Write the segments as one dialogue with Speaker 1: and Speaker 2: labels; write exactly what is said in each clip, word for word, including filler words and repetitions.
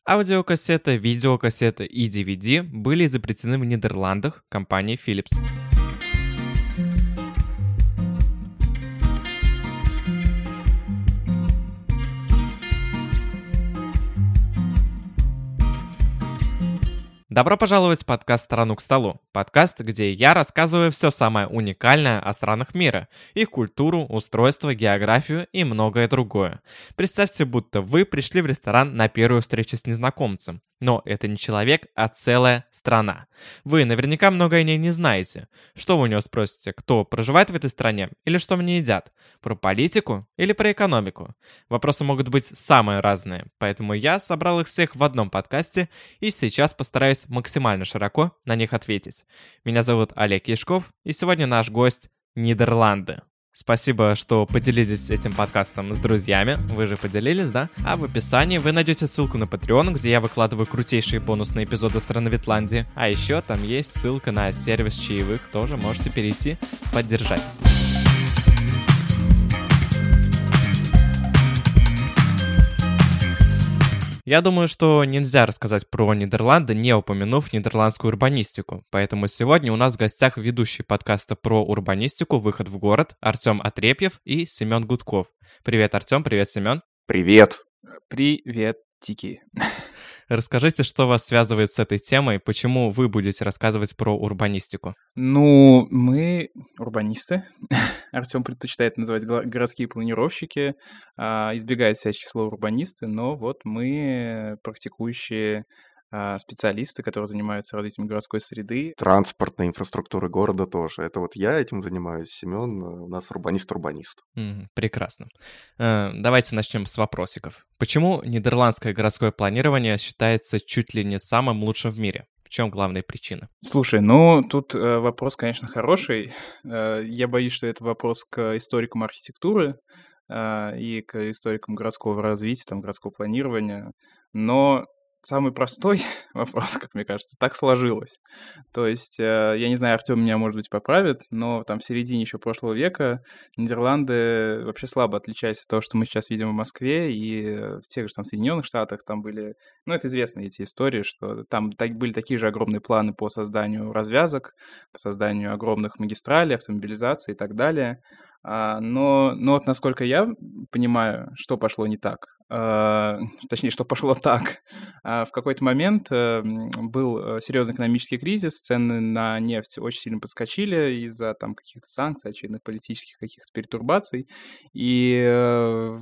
Speaker 1: Аудиокассеты, видеокассеты и ди ви ди были изобретены в Нидерландах компанией Philips. Добро пожаловать в подкаст «Страну к столу». Подкаст, где я рассказываю все самое уникальное о странах мира, их культуру, устройство, географию и многое другое. Представьте, будто вы пришли в ресторан на первую встречу с незнакомцем. Но это не человек, а целая страна. Вы наверняка многое о ней не знаете. Что вы у него спросите? Кто проживает в этой стране? Или что в ней едят? Про политику или про экономику? Вопросы могут быть самые разные, поэтому я собрал их всех в одном подкасте и сейчас постараюсь максимально широко на них ответить. Меня зовут Олег Яшков, и сегодня наш гость — Нидерланды. Спасибо, что поделились этим подкастом с друзьями. Вы же поделились, да? А в описании вы найдете ссылку на Patreon, где я выкладываю крутейшие бонусные эпизоды страны Витландии. А еще там есть ссылка на сервис чаевых, тоже можете перейти, поддержать. Я думаю, что нельзя рассказать про Нидерланды, не упомянув нидерландскую урбанистику. Поэтому сегодня у нас в гостях ведущий подкаста про урбанистику «Выход в город» Артем Отрепьев и Семен Гудков. Привет, Артем, привет, Семен.
Speaker 2: Привет.
Speaker 3: Привет, Тики.
Speaker 1: Расскажите, что вас связывает с этой темой, почему вы будете рассказывать про урбанистику?
Speaker 3: Ну, мы урбанисты. Артем предпочитает называть городские планировщики, избегает всяческих слов урбанисты, но вот мы практикующие специалисты, которые занимаются развитием городской среды.
Speaker 2: Транспортной инфраструктуры города тоже. Это вот я этим занимаюсь, Семен у нас урбанист-урбанист.
Speaker 1: Mm, прекрасно. Э, давайте начнем с вопросиков. Почему нидерландское городское планирование считается чуть ли не самым лучшим в мире? В чем главная причина?
Speaker 3: Слушай, ну тут э, вопрос, конечно, хороший. Э, я боюсь, что это вопрос к историкам архитектуры э, и к историкам городского развития, там, городского планирования. Но самый простой вопрос, как мне кажется, так сложилось. То есть, э, я не знаю, Артем меня, может быть, поправит, но там в середине еще прошлого века Нидерланды вообще слабо отличались от того, что мы сейчас видим в Москве, и в тех же там Соединенных Штатах там были, ну, это известные эти истории, что там так, были такие же огромные планы по созданию развязок, по созданию огромных магистралей, автомобилизации и так далее. А, но, но вот насколько я понимаю, что пошло не так, а, точнее, что пошло так, а, в какой-то момент а, был серьезный экономический кризис, цены на нефть очень сильно подскочили из-за там каких-то санкций, очевидных политических каких-то перетурбаций, и а,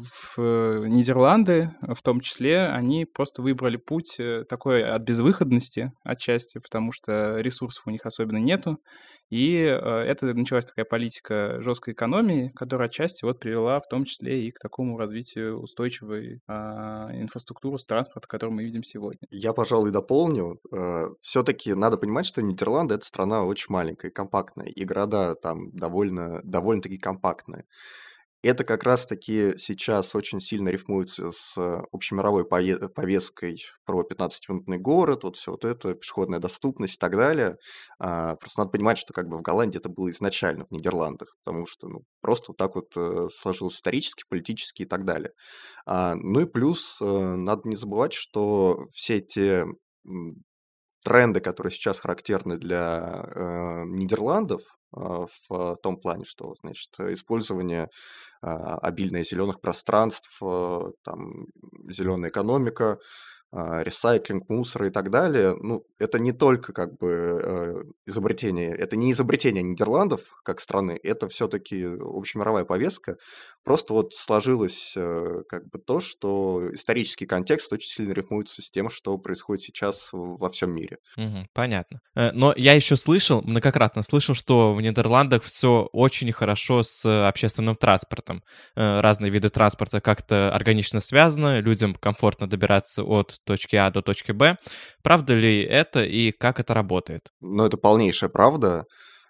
Speaker 3: в Нидерланды в том числе они просто выбрали путь такой от безвыходности отчасти, потому что ресурсов у них особенно нету, и а, это началась такая политика жесткой экономии, которая отчасти вот привела в том числе и к такому развитию устойчивой а, инфраструктуры с транспорта, которую мы видим сегодня.
Speaker 2: Я, пожалуй, дополню. Все-таки надо понимать, что Нидерланды — это страна очень маленькая, компактная, и города там довольно, довольно-таки компактные. Это как раз-таки сейчас очень сильно рифмуется с общемировой повесткой про пятнадцатиминутный город, вот все вот это, пешеходная доступность и так далее. А, просто надо понимать, что как бы в Голландии это было изначально, в Нидерландах, потому что ну, просто вот так вот э, сложилось исторически, политически и так далее. А, ну и плюс э, надо не забывать, что все те м, тренды, которые сейчас характерны для э, Нидерландов, э, в том плане, что, значит, использование э, обильное зеленых пространств, э, там, зеленая экономика, э, ресайклинг мусора и так далее, ну, это не только как бы э, изобретение, это не изобретение Нидерландов как страны, это все-таки общемировая повестка. Просто вот сложилось э, как бы то, что исторический контекст очень сильно рифмуется с тем, что происходит сейчас во всем мире.
Speaker 1: Угу, понятно. Э, Но я еще слышал, многократно слышал, что в Нидерландах все очень хорошо с общественным транспортом. Э, Разные виды транспорта как-то органично связаны, людям комфортно добираться от точки А до точки Б. Правда ли это и как это работает?
Speaker 2: Ну, это полнейшая правда.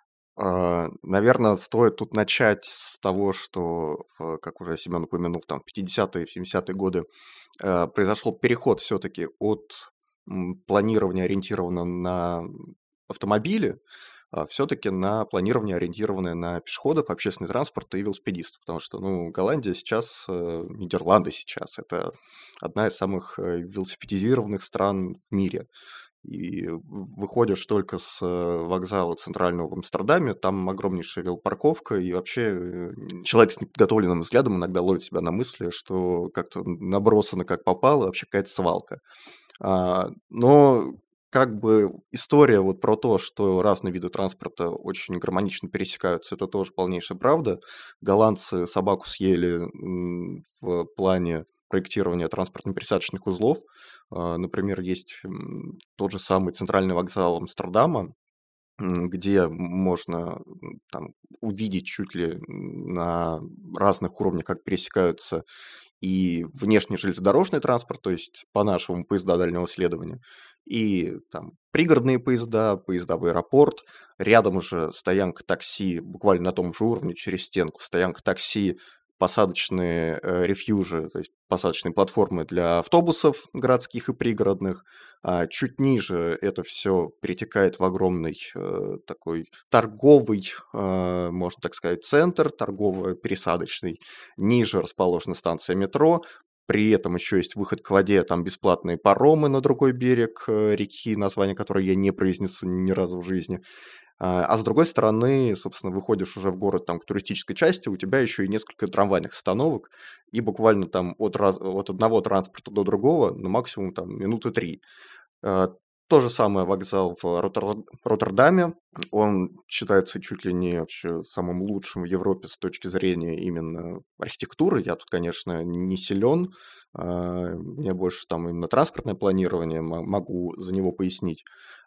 Speaker 2: А, Наверное, стоит тут начать с того, что, в- как уже Семен упомянул, там в пятидесятые, в семидесятые годы э, произошел переход все-таки от м, планирования, ориентированного на автомобили, все-таки на планирование, ориентированное на пешеходов, общественный транспорт и велосипедистов. Потому что, ну, Голландия сейчас, э, Нидерланды сейчас, это одна из самых э, велосипедизированных стран в мире. И выходишь только с э, вокзала центрального в Амстердаме, там огромнейшая велопарковка, и вообще э, человек с неподготовленным взглядом иногда ловит себя на мысли, что как-то набросано как попало, вообще какая-то свалка. А, но как бы история вот про то, что разные виды транспорта очень гармонично пересекаются, это тоже полнейшая правда. Голландцы собаку съели м, в плане проектирования транспортно-пересадочных узлов. А, Например, есть м, тот же самый центральный вокзал Амстердама, м, где можно м, там увидеть чуть ли на разных уровнях, как пересекаются и внешний железнодорожный транспорт, то есть по-нашему поезда дальнего следования, и там пригородные поезда, поезда в аэропорт, рядом уже стоянка такси, буквально на том же уровне, через стенку, стоянка такси, посадочные э, рефьюжи, то есть посадочные платформы для автобусов городских и пригородных. А чуть ниже это все перетекает в огромный э, такой торговый, э, можно так сказать, центр, торгово-пересадочный. Ниже расположена станция метро, при этом еще есть выход к воде, там бесплатные паромы на другой берег э, реки, название которой я не произнесу ни разу в жизни. А а с другой стороны, собственно, выходишь уже в город там к туристической части, у тебя еще и несколько трамвайных остановок, и буквально там от, раз- от одного транспорта до другого, ну, максимум там минуты три. Э, То же самое вокзал в Роттер- Роттердаме. Он считается чуть ли не вообще самым лучшим в Европе с точки зрения именно архитектуры. Я тут, конечно, не силен. а, Мне больше там именно транспортное планирование, мо- могу за него пояснить.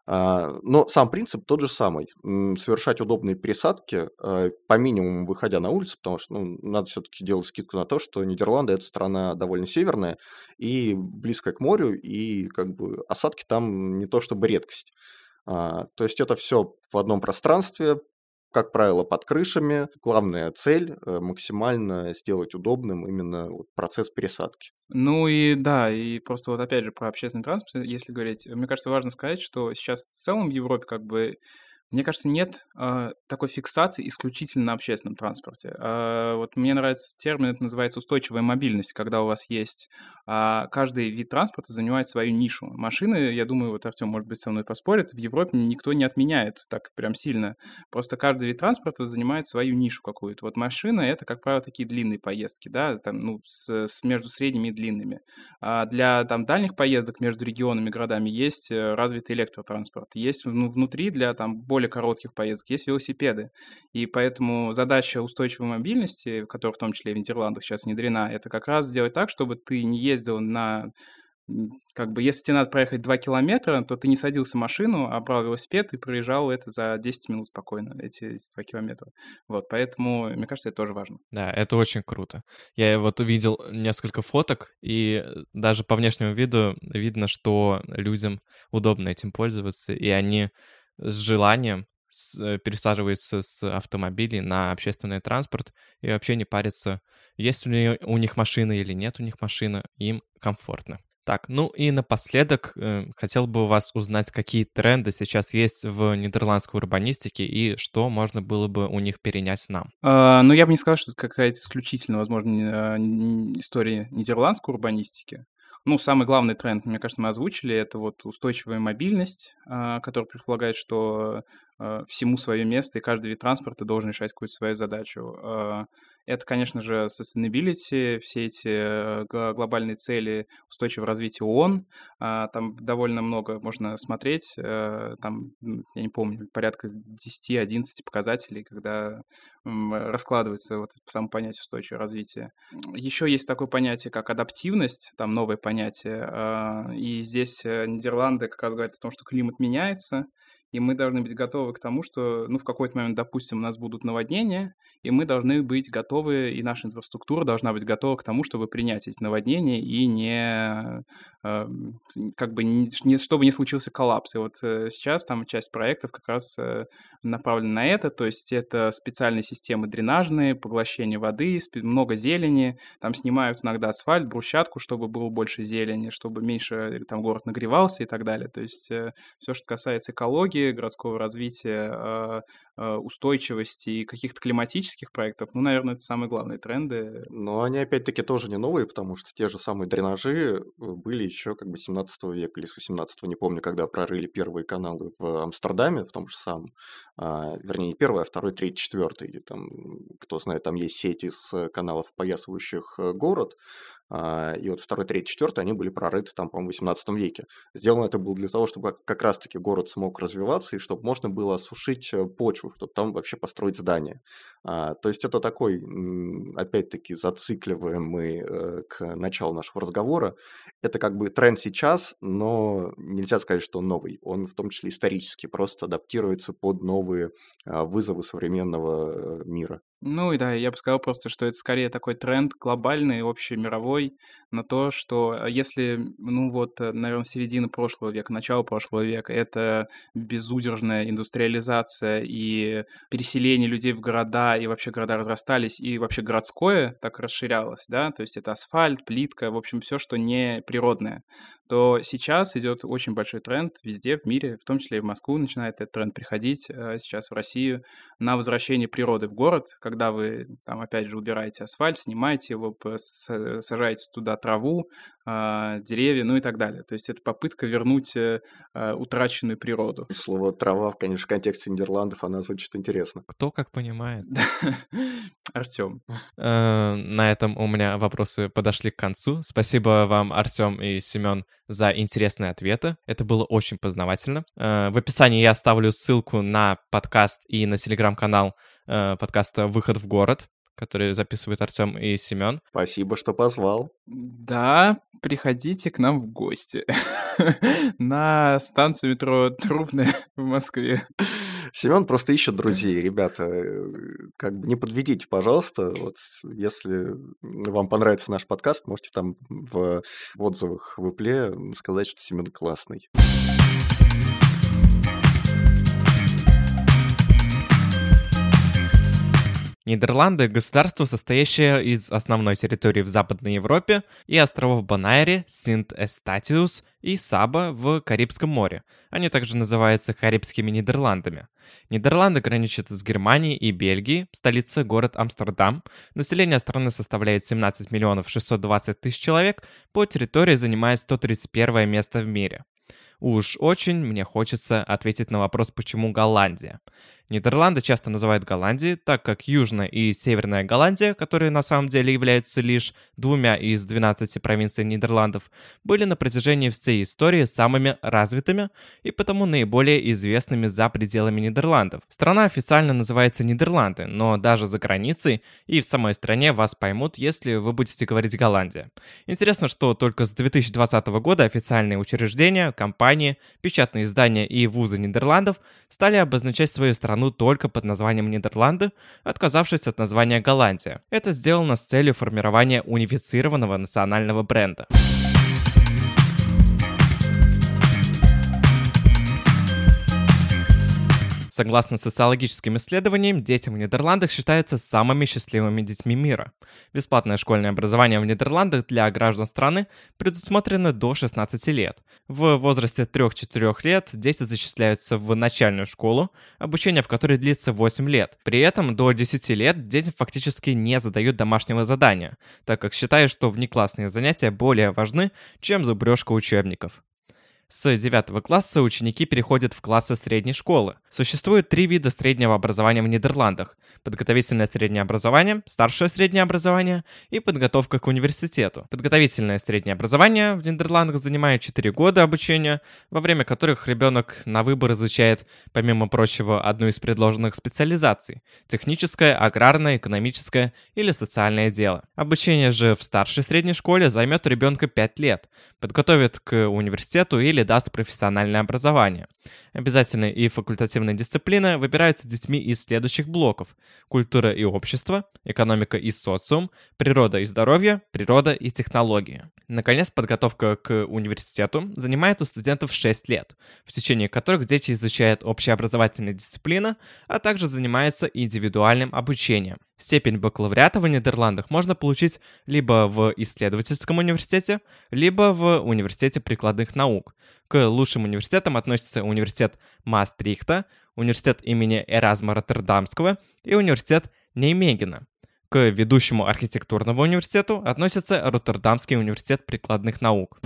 Speaker 2: А, Но сам принцип тот же самый. М, Совершать удобные пересадки, э, по минимуму выходя на улицу, потому что ну, надо все-таки делать скидку на то, что Нидерланды– это страна довольно северная, и близко к морю, и как бы осадки там не то чтобы редкость. А, то есть это все в одном пространстве, как правило, под крышами. Главная цель э, максимально сделать удобным именно вот процесс пересадки.
Speaker 3: Ну и да, и просто вот опять же про общественный транспорт, если говорить, мне кажется, важно сказать, что сейчас в целом в Европе как бы мне кажется, нет а, такой фиксации исключительно на общественном транспорте. А, вот мне нравится термин, это называется устойчивая мобильность, когда у вас есть а, каждый вид транспорта занимает свою нишу. Машины, я думаю, вот Артем, может быть, со мной поспорит, в Европе никто не отменяет так прям сильно. Просто каждый вид транспорта занимает свою нишу какую-то. Вот машина — это, как правило, такие длинные поездки, да, там, ну, с, с между средними и длинными. А для там дальних поездок между регионами, городами есть э, развитый электротранспорт. Есть ну, внутри для там более коротких поездок есть велосипеды. И поэтому задача устойчивой мобильности, которая в том числе и в Нидерландах сейчас внедрена, это как раз сделать так, чтобы ты не ездил на м, как бы, если тебе надо проехать два километра, то ты не садился в машину, а брал велосипед и проезжал это за десять минут спокойно, эти, эти два километра. Вот, поэтому, мне кажется, это тоже важно.
Speaker 1: Да, это очень круто. Я вот увидел несколько фоток, и э, даже по внешнему виду видно, что людям удобно этим пользоваться, и они с желанием с- э, пересаживаются с автомобилей на общественный транспорт и вообще не парятся, есть ли у них машина или нет у них машины, им комфортно. Так, ну и напоследок э, хотел бы у вас узнать, какие тренды сейчас есть в нидерландской урбанистике и что можно было бы у них перенять нам.
Speaker 3: А, ну, я бы не сказал, что это какая-то исключительно, возможно, не- а, н- история нидерландской урбанистики. Ну, самый главный тренд, мне кажется, мы озвучили, это вот устойчивая мобильность, а, которая предполагает, что а, всему свое место, и каждый вид транспорта должен решать какую-то свою задачу. А, Это, конечно же, sustainability, все эти э, гла- глобальные цели устойчивого развития ООН. А, Там довольно много можно смотреть, э, там, м, я не помню, порядка десять-одиннадцать показателей, когда м, раскладывается вот это само понятие устойчивого развития. Еще есть такое понятие, как адаптивность, там новое понятие, а, и здесь э, Нидерланды как раз говорят о том, что климат меняется, и мы должны быть готовы к тому, что, ну, в какой-то момент, допустим, у нас будут наводнения, и мы должны быть готовы, и наша инфраструктура должна быть готова к тому, чтобы принять эти наводнения и не, э, как бы, не, не- чтобы не случился коллапс. И вот э, сейчас там часть проектов как раз э, направлена на это, то есть это специальные системы дренажные, поглощение воды, спе- много зелени, там снимают иногда асфальт, брусчатку, чтобы было больше зелени, чтобы меньше э, там город нагревался и так далее. То есть все, что касается экологии, среды, городского развития, устойчивости и каких-то климатических проектов, ну, наверное, это самые главные тренды.
Speaker 2: Но они, опять-таки, тоже не новые, потому что те же самые дренажи были еще как бы семнадцатого века или с восемнадцатого, не помню, когда прорыли первые каналы в Амстердаме, в том же самом, а, вернее, не первый, а второй, третий, четвертый. И там, кто знает, там есть сеть из каналов, опоясывающих город, а, и вот второй, третий, четвертый, они были прорыты там, по-моему, в восемнадцатом веке. Сделано это было для того, чтобы как, как раз-таки город смог развиваться, и чтобы можно было осушить почву, чтобы там вообще построить здание. А, то есть это такой, опять-таки, зацикливаемый э, к началу нашего разговора. Это как бы тренд сейчас, но нельзя сказать, что он новый. Он в том числе исторически просто адаптируется под новые а, вызовы современного э, мира.
Speaker 3: Ну и да, я бы сказал просто, что это скорее такой тренд глобальный, общемировой, на то, что если, ну вот, наверное, середина прошлого века, начало прошлого века, это безудержная индустриализация и переселение людей в города, и вообще города разрастались, и вообще городское так расширялось, да, то есть это асфальт, плитка, в общем, все, что не природное, то сейчас идет очень большой тренд везде в мире, в том числе и в Москву начинает этот тренд приходить, сейчас в Россию, на возвращение природы в город, когда вы там опять же убираете асфальт, снимаете его, сажаете туда траву, деревья, ну и так далее. То есть это попытка вернуть утраченную природу.
Speaker 2: Слово «трава», конечно, в контексте Нидерландов, она звучит интересно.
Speaker 1: Кто как понимает.
Speaker 3: Артем.
Speaker 1: На этом у меня вопросы подошли к концу. Спасибо вам, Артем и Семен, за интересные ответы. Это было очень познавательно. В описании я оставлю ссылку на подкаст и на телеграм-канал подкаста «Выход в город», который записывают Артем и Семен.
Speaker 2: Спасибо, что позвал.
Speaker 3: Да, приходите к нам в гости на станцию метро Трубная в Москве.
Speaker 2: Семен просто ищет друзей, ребята. Как бы не подведите, пожалуйста. Вот, если вам понравится наш подкаст, можете там в отзывах в Ипле сказать, что Семен классный.
Speaker 1: Нидерланды — государство, состоящее из основной территории в Западной Европе и островов Бонайре, Синт-Эстатиус и Саба в Карибском море. Они также называются Карибскими Нидерландами. Нидерланды граничат с Германией и Бельгией, столица — город Амстердам. Население страны составляет семнадцать миллионов шестьсот двадцать тысяч человек, по территории занимает сто тридцать первое место в мире. Уж очень мне хочется ответить на вопрос, почему Голландия. Нидерланды часто называют Голландией, так как Южная и Северная Голландия, которые на самом деле являются лишь двумя из двенадцати провинций Нидерландов, были на протяжении всей истории самыми развитыми и потому наиболее известными за пределами Нидерландов. Страна официально называется Нидерланды, но даже за границей и в самой стране вас поймут, если вы будете говорить Голландия. Интересно, что только с две тысячи двадцатого года официальные учреждения, компании, печатные издания и вузы Нидерландов стали обозначать свою страну только под названием Нидерланды, отказавшись от названия Голландия. Это сделано с целью формирования унифицированного национального бренда. Согласно социологическим исследованиям, дети в Нидерландах считаются самыми счастливыми детьми мира. Бесплатное школьное образование в Нидерландах для граждан страны предусмотрено до шестнадцати лет. В возрасте трёх-четырёх лет дети зачисляются в начальную школу, обучение в которой длится восемь лет. При этом до десяти лет детям фактически не задают домашнего задания, так как считают, что внеклассные занятия более важны, чем зубрежка учебников. С девятого класса ученики переходят в классы средней школы. Существует три вида среднего образования в Нидерландах: подготовительное среднее образование, старшее среднее образование и подготовка к университету. Подготовительное среднее образование в Нидерландах занимает четыре года обучения, во время которых ребенок на выбор изучает, помимо прочего, одну из предложенных специализаций – техническое, аграрное, экономическое или социальное дело. Обучение же в старшей средней школе займет у ребенка пять лет, подготовит к университету или даст профессиональное образование. Обязательные и факультативные дисциплины выбираются детьми из следующих блоков: культура и общество, экономика и социум, природа и здоровье, природа и технологии. Наконец, подготовка к университету занимает у студентов шесть лет, в течение которых дети изучают общеобразовательные дисциплины, а также занимаются индивидуальным обучением. Степень бакалавриата в Нидерландах можно получить либо в исследовательском университете, либо в университете прикладных наук. К лучшим университетам относятся университет Маастрихта, университет имени Эразма Роттердамского и университет Неймегена. К ведущему архитектурному университету относится Роттердамский университет прикладных наук.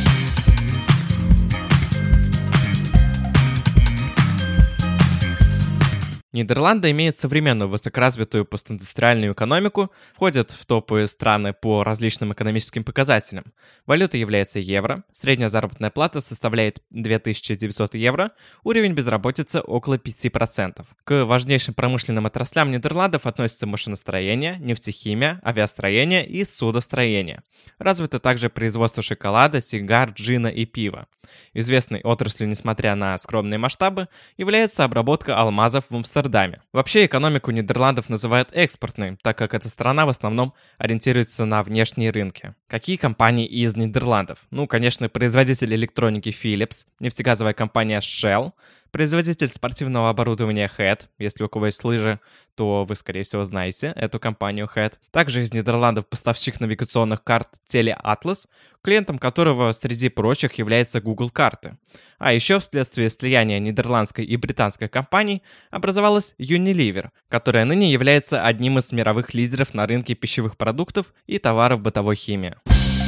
Speaker 1: Нидерланды имеют современную высокоразвитую постиндустриальную экономику, входят в топы страны по различным экономическим показателям. Валютой является евро, средняя заработная плата составляет две тысячи девятьсот евро, уровень безработицы около пяти процентов. К важнейшим промышленным отраслям Нидерландов относятся машиностроение, нефтехимия, авиастроение и судостроение. Развито также производство шоколада, сигар, джина и пива. Известной отраслью, несмотря на скромные масштабы, является обработка алмазов в Амстердаме. Вообще, экономику Нидерландов называют экспортной, так как эта страна в основном ориентируется на внешние рынки. Какие компании из Нидерландов? Ну, конечно, производитель электроники Philips, нефтегазовая компания Shell, производитель спортивного оборудования Head. Если у кого есть лыжи, то вы, скорее всего, знаете эту компанию Head. Также из Нидерландов поставщик навигационных карт Teleatlas, клиентом которого, среди прочих, является Google карты. А еще вследствие слияния нидерландской и британской компаний образовалась Unilever, которая ныне является одним из мировых лидеров на рынке пищевых продуктов и товаров бытовой химии.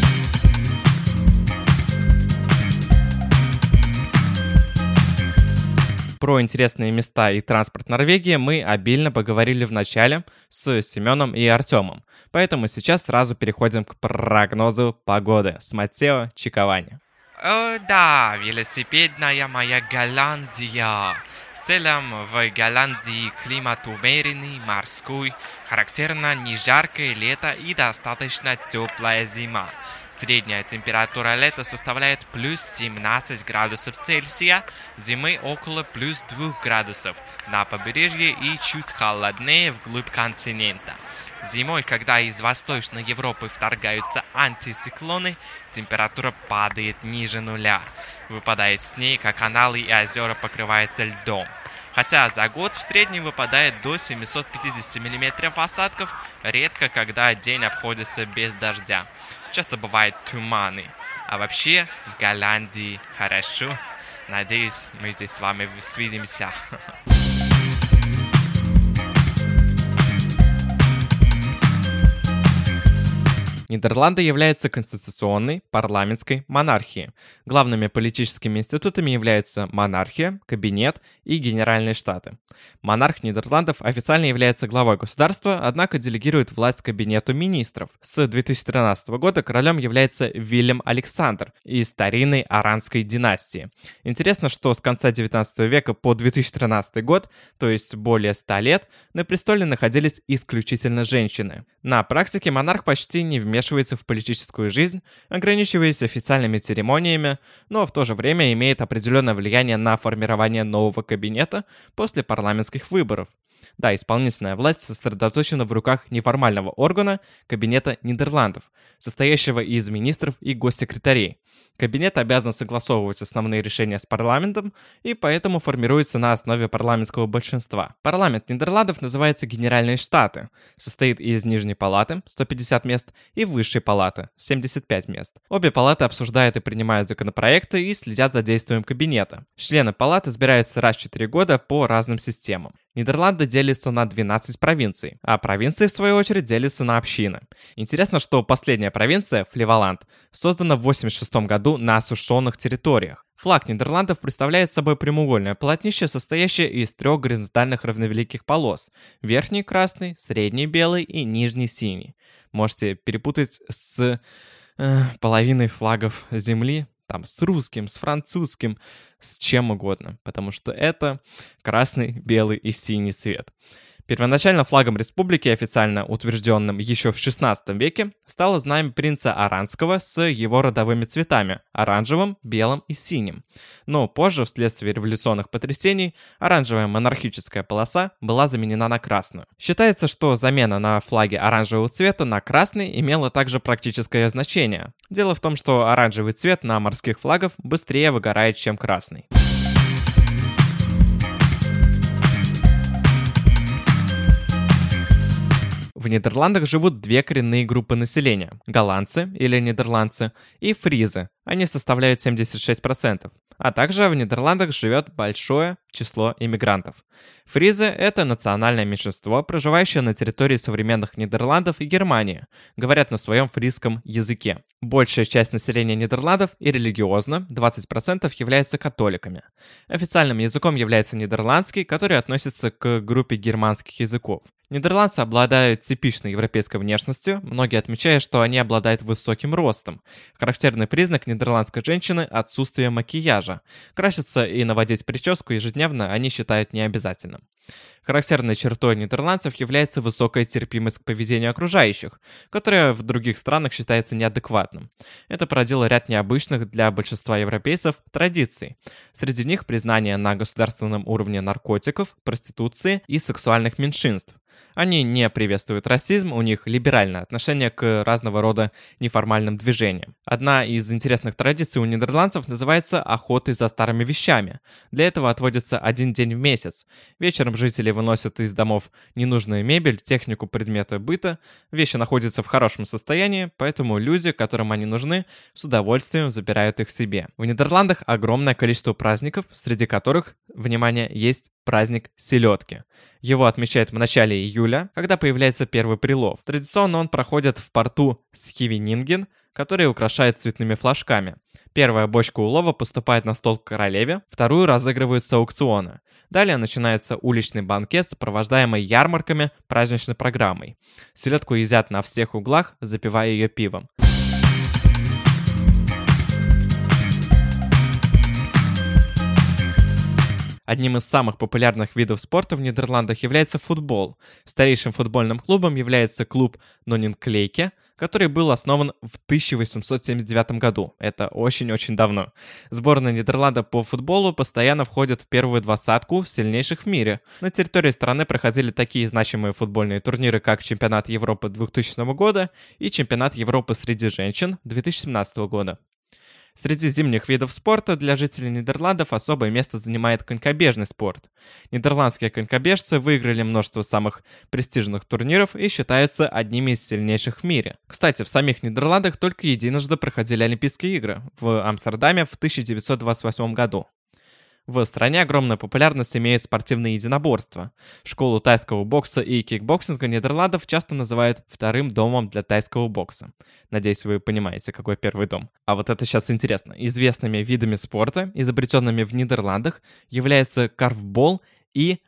Speaker 1: Про интересные места и транспорт Норвегии мы обильно поговорили в начале с Семеном и Артемом, поэтому сейчас сразу переходим к прогнозу погоды с Маттео Чиковани.
Speaker 4: О, да, велосипедная моя Голландия. В целом в Голландии климат умеренный, морской, характерно не жаркое лето и достаточно теплая зима. Средняя температура лета составляет плюс семнадцать градусов Цельсия, зимы около плюс двух градусов на побережье и чуть холоднее вглубь континента. Зимой, когда из Восточной Европы вторгаются антициклоны, температура падает ниже нуля. Выпадает снег, а каналы и озера покрываются льдом. Хотя за год в среднем выпадает до семьсот пятьдесят миллиметров осадков, редко когда день обходится без дождя. Часто бывают туманы. А вообще в Голландии хорошо. Надеюсь, мы здесь с вами свидимся.
Speaker 1: Нидерланды являются конституционной парламентской монархией. Главными политическими институтами являются монархия, кабинет и генеральные штаты. Монарх Нидерландов официально является главой государства, однако делегирует власть кабинету министров. С две тысячи тринадцатого года королем является Вильям Александр из старинной Оранской династии. Интересно, что с конца девятнадцатого века по две тысячи тринадцатый год, то есть более ста лет, на престоле находились исключительно женщины. На практике монарх почти не вмешивается в политическую жизнь, ограничиваясь официальными церемониями, но в то же время имеет определенное влияние на формирование нового кабинета после парламентских выборов. Да, исполнительная власть сосредоточена в руках неформального органа Кабинета Нидерландов, состоящего из министров и госсекретарей. Кабинет обязан согласовывать основные решения с парламентом и поэтому формируется на основе парламентского большинства. Парламент Нидерландов называется Генеральные Штаты, состоит из Нижней палаты сто пятьдесят мест и Высшей палаты семьдесят пять мест. Обе палаты обсуждают и принимают законопроекты и следят за действием кабинета. Члены палат избираются раз в четыре года по разным системам. Нидерланды делятся на двенадцать провинций, а провинции, в свою очередь, делятся на общины. Интересно, что последняя провинция, Флеволанд, создана в восемьдесят шестом году на осушенных территориях. Флаг Нидерландов представляет собой прямоугольное полотнище, состоящее из трех горизонтальных равновеликих полос. Верхний красный, средний белый и нижний синий. Можете перепутать с э, половиной флагов Земли, там с русским, с французским, с чем угодно, потому что это красный, белый и синий цвет. Первоначально флагом республики, официально утвержденным еще в шестнадцатом веке, стало знамя принца Оранского с его родовыми цветами – оранжевым, белым и синим. Но позже, вследствие революционных потрясений, оранжевая монархическая полоса была заменена на красную. Считается, что замена на флаге оранжевого цвета на красный имела также практическое значение. Дело в том, что оранжевый цвет на морских флагах быстрее выгорает, чем красный. В Нидерландах живут две коренные группы населения – голландцы или нидерландцы и фризы. Они составляют семьдесят шесть процентов. А также в Нидерландах живет большое число иммигрантов. Фризы — это национальное меньшинство, проживающее на территории современных Нидерландов и Германии, говорят на своем фризском языке. Большая часть населения Нидерландов и религиозно, двадцать процентов являются католиками. Официальным языком является нидерландский, который относится к группе германских языков. Нидерландцы обладают типичной европейской внешностью, многие отмечают, что они обладают высоким ростом. Характерный признак нидерландской женщины – отсутствие макияжа. Краситься и наводить прическу ежедневно они считают необязательным. Характерной чертой нидерландцев является высокая терпимость к поведению окружающих, которая в других странах считается неадекватным. Это породило ряд необычных для большинства европейцев традиций. Среди них признание на государственном уровне наркотиков, проституции и сексуальных меньшинств. Они не приветствуют расизм, у них либеральное отношение к разного рода неформальным движениям. Одна из интересных традиций у нидерландцев называется охотой за старыми вещами. Для этого отводится один день в месяц. Вечером жители выносят из домов ненужную мебель, технику, предметы быта. Вещи находятся в хорошем состоянии, поэтому люди, которым они нужны, с удовольствием забирают их себе. В Нидерландах огромное количество праздников, среди которых, внимание, есть праздник селедки. Его отмечают в начале июля, когда появляется первый прилов. Традиционно он проходит в порту Схивенинген, который украшает цветными флажками. Первая бочка улова поступает на стол к королеве, вторую разыгрывают с аукциона. Далее начинается уличный банкет, сопровождаемый ярмарками, праздничной программой. Селедку едят на всех углах, запивая ее пивом. Одним из самых популярных видов спорта в Нидерландах является футбол. Старейшим футбольным клубом является клуб Нонинклейке, который был основан в тысяча восемьсот семьдесят девятом году. Это очень-очень давно. Сборная Нидерландов по футболу постоянно входит в первую двадцатку сильнейших в мире. На территории страны проходили такие значимые футбольные турниры, как Чемпионат Европы двухтысячного года и Чемпионат Европы среди женщин две тысячи семнадцатого года. Среди зимних видов спорта для жителей Нидерландов особое место занимает конькобежный спорт. Нидерландские конькобежцы выиграли множество самых престижных турниров и считаются одними из сильнейших в мире. Кстати, в самих Нидерландах только единожды проходили Олимпийские игры – в Амстердаме в тысяча девятьсот двадцать восьмом году. В стране огромную популярность имеют спортивные единоборства. Школу тайского бокса и кикбоксинга Нидерландов часто называют вторым домом для тайского бокса. Надеюсь, вы понимаете, какой первый дом. А вот это сейчас интересно. Известными видами спорта, изобретенными в Нидерландах, являются карфбол и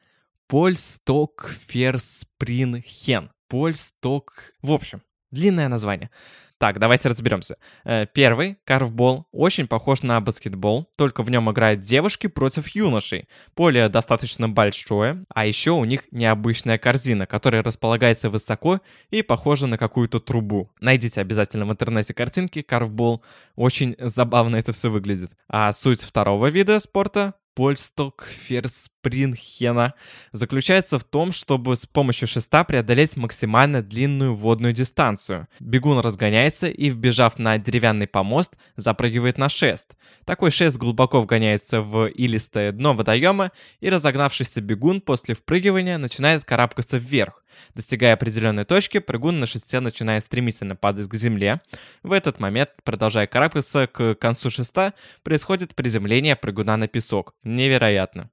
Speaker 1: польстокферспринхен. Польсток... В общем, длинное название. Так, давайте разберемся. Первый, карфбол, очень похож на баскетбол, только в нем играют девушки против юношей. Поле достаточно большое, а еще у них необычная корзина, которая располагается высоко и похожа на какую-то трубу. Найдите обязательно в интернете картинки карфбол, очень забавно это все выглядит. А суть второго вида спорта — польстокферспринхена заключается в том, чтобы с помощью шеста преодолеть максимально длинную водную дистанцию. Бегун разгоняется и, вбежав на деревянный помост, запрыгивает на шест. Такой шест глубоко вгоняется в илистое дно водоема, и разогнавшийся бегун после впрыгивания начинает карабкаться вверх. Достигая определенной точки, прыгун на шесте начинает стремительно падать к земле. В этот момент, продолжая карабкаться к концу шеста, происходит приземление прыгуна на песок. Невероятно.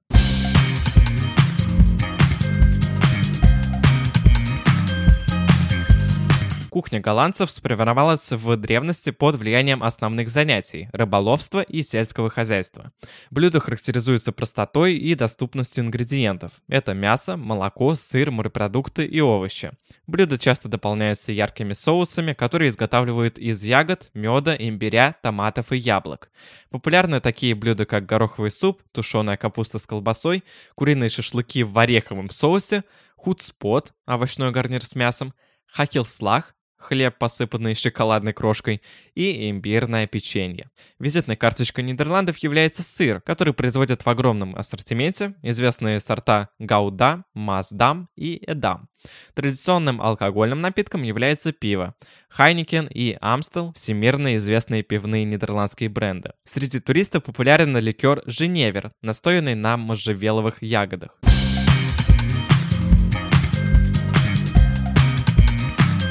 Speaker 1: Кухня голландцев сформировалась в древности под влиянием основных занятий – рыболовства и сельского хозяйства. Блюдо характеризуется простотой и доступностью ингредиентов. Это мясо, молоко, сыр, морепродукты и овощи. Блюда часто дополняются яркими соусами, которые изготавливают из ягод, меда, имбиря, томатов и яблок. Популярны такие блюда, как гороховый суп, тушеная капуста с колбасой, куриные шашлыки в ореховом соусе, хутспот – овощной гарнир с мясом, хакелслах, хлеб, посыпанный шоколадной крошкой, и имбирное печенье. Визитной карточкой Нидерландов является сыр, который производят в огромном ассортименте, известные сорта Гауда, Маасдам и Эдам. Традиционным алкогольным напитком является пиво. Хайникен и Амстел – всемирно известные пивные нидерландские бренды. Среди туристов популярен ликер Женевер, настоянный на можжевеловых ягодах.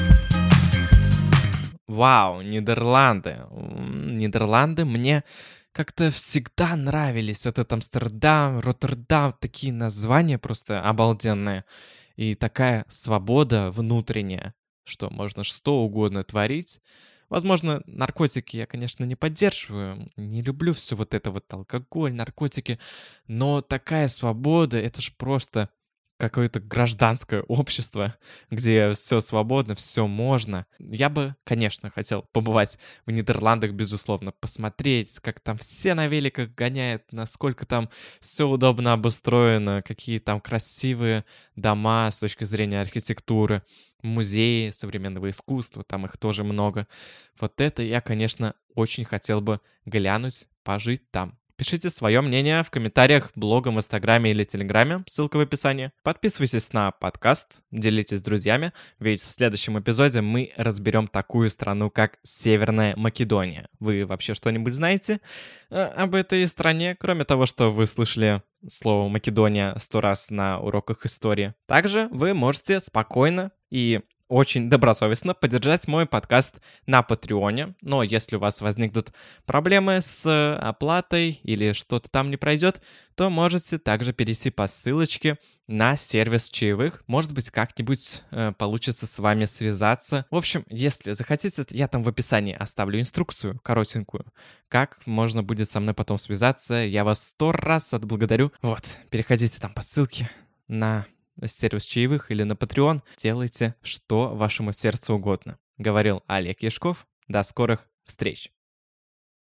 Speaker 1: Вау, Нидерланды. Нидерланды мне как-то всегда нравились. Этот Амстердам, Роттердам, такие названия просто обалденные. И такая свобода внутренняя, что можно что угодно творить. Возможно, наркотики я, конечно, не поддерживаю, не люблю все вот это вот алкоголь, наркотики, но такая свобода, это ж просто какое-то гражданское общество, где все свободно, все можно. Я бы, конечно, хотел побывать в Нидерландах, безусловно, посмотреть, как там все на великах гоняют, насколько там все удобно обустроено, какие там красивые дома с точки зрения архитектуры, музеи современного искусства, там их тоже много. Вот это я, конечно, очень хотел бы глянуть, пожить там. Пишите свое мнение в комментариях, блога, в Инстаграме или Телеграме, ссылка в описании. Подписывайтесь на подкаст, делитесь с друзьями, ведь в следующем эпизоде мы разберем такую страну, как Северная Македония. Вы вообще что-нибудь знаете э, об этой стране, кроме того, что вы слышали слово «Македония» сто раз на уроках истории? Также вы можете спокойно и очень добросовестно поддержать мой подкаст на Патреоне. Но если у вас возникнут проблемы с оплатой или что-то там не пройдет, то можете также перейти по ссылочке на сервис чаевых. Может быть, как-нибудь э, получится с вами связаться. В общем, если захотите, я там в описании оставлю инструкцию коротенькую, как можно будет со мной потом связаться. Я вас сто раз отблагодарю. Вот, переходите там по ссылке на сервис чаевых или на Patreon, делайте, что вашему сердцу угодно. Говорил Олег Яшков. До скорых встреч!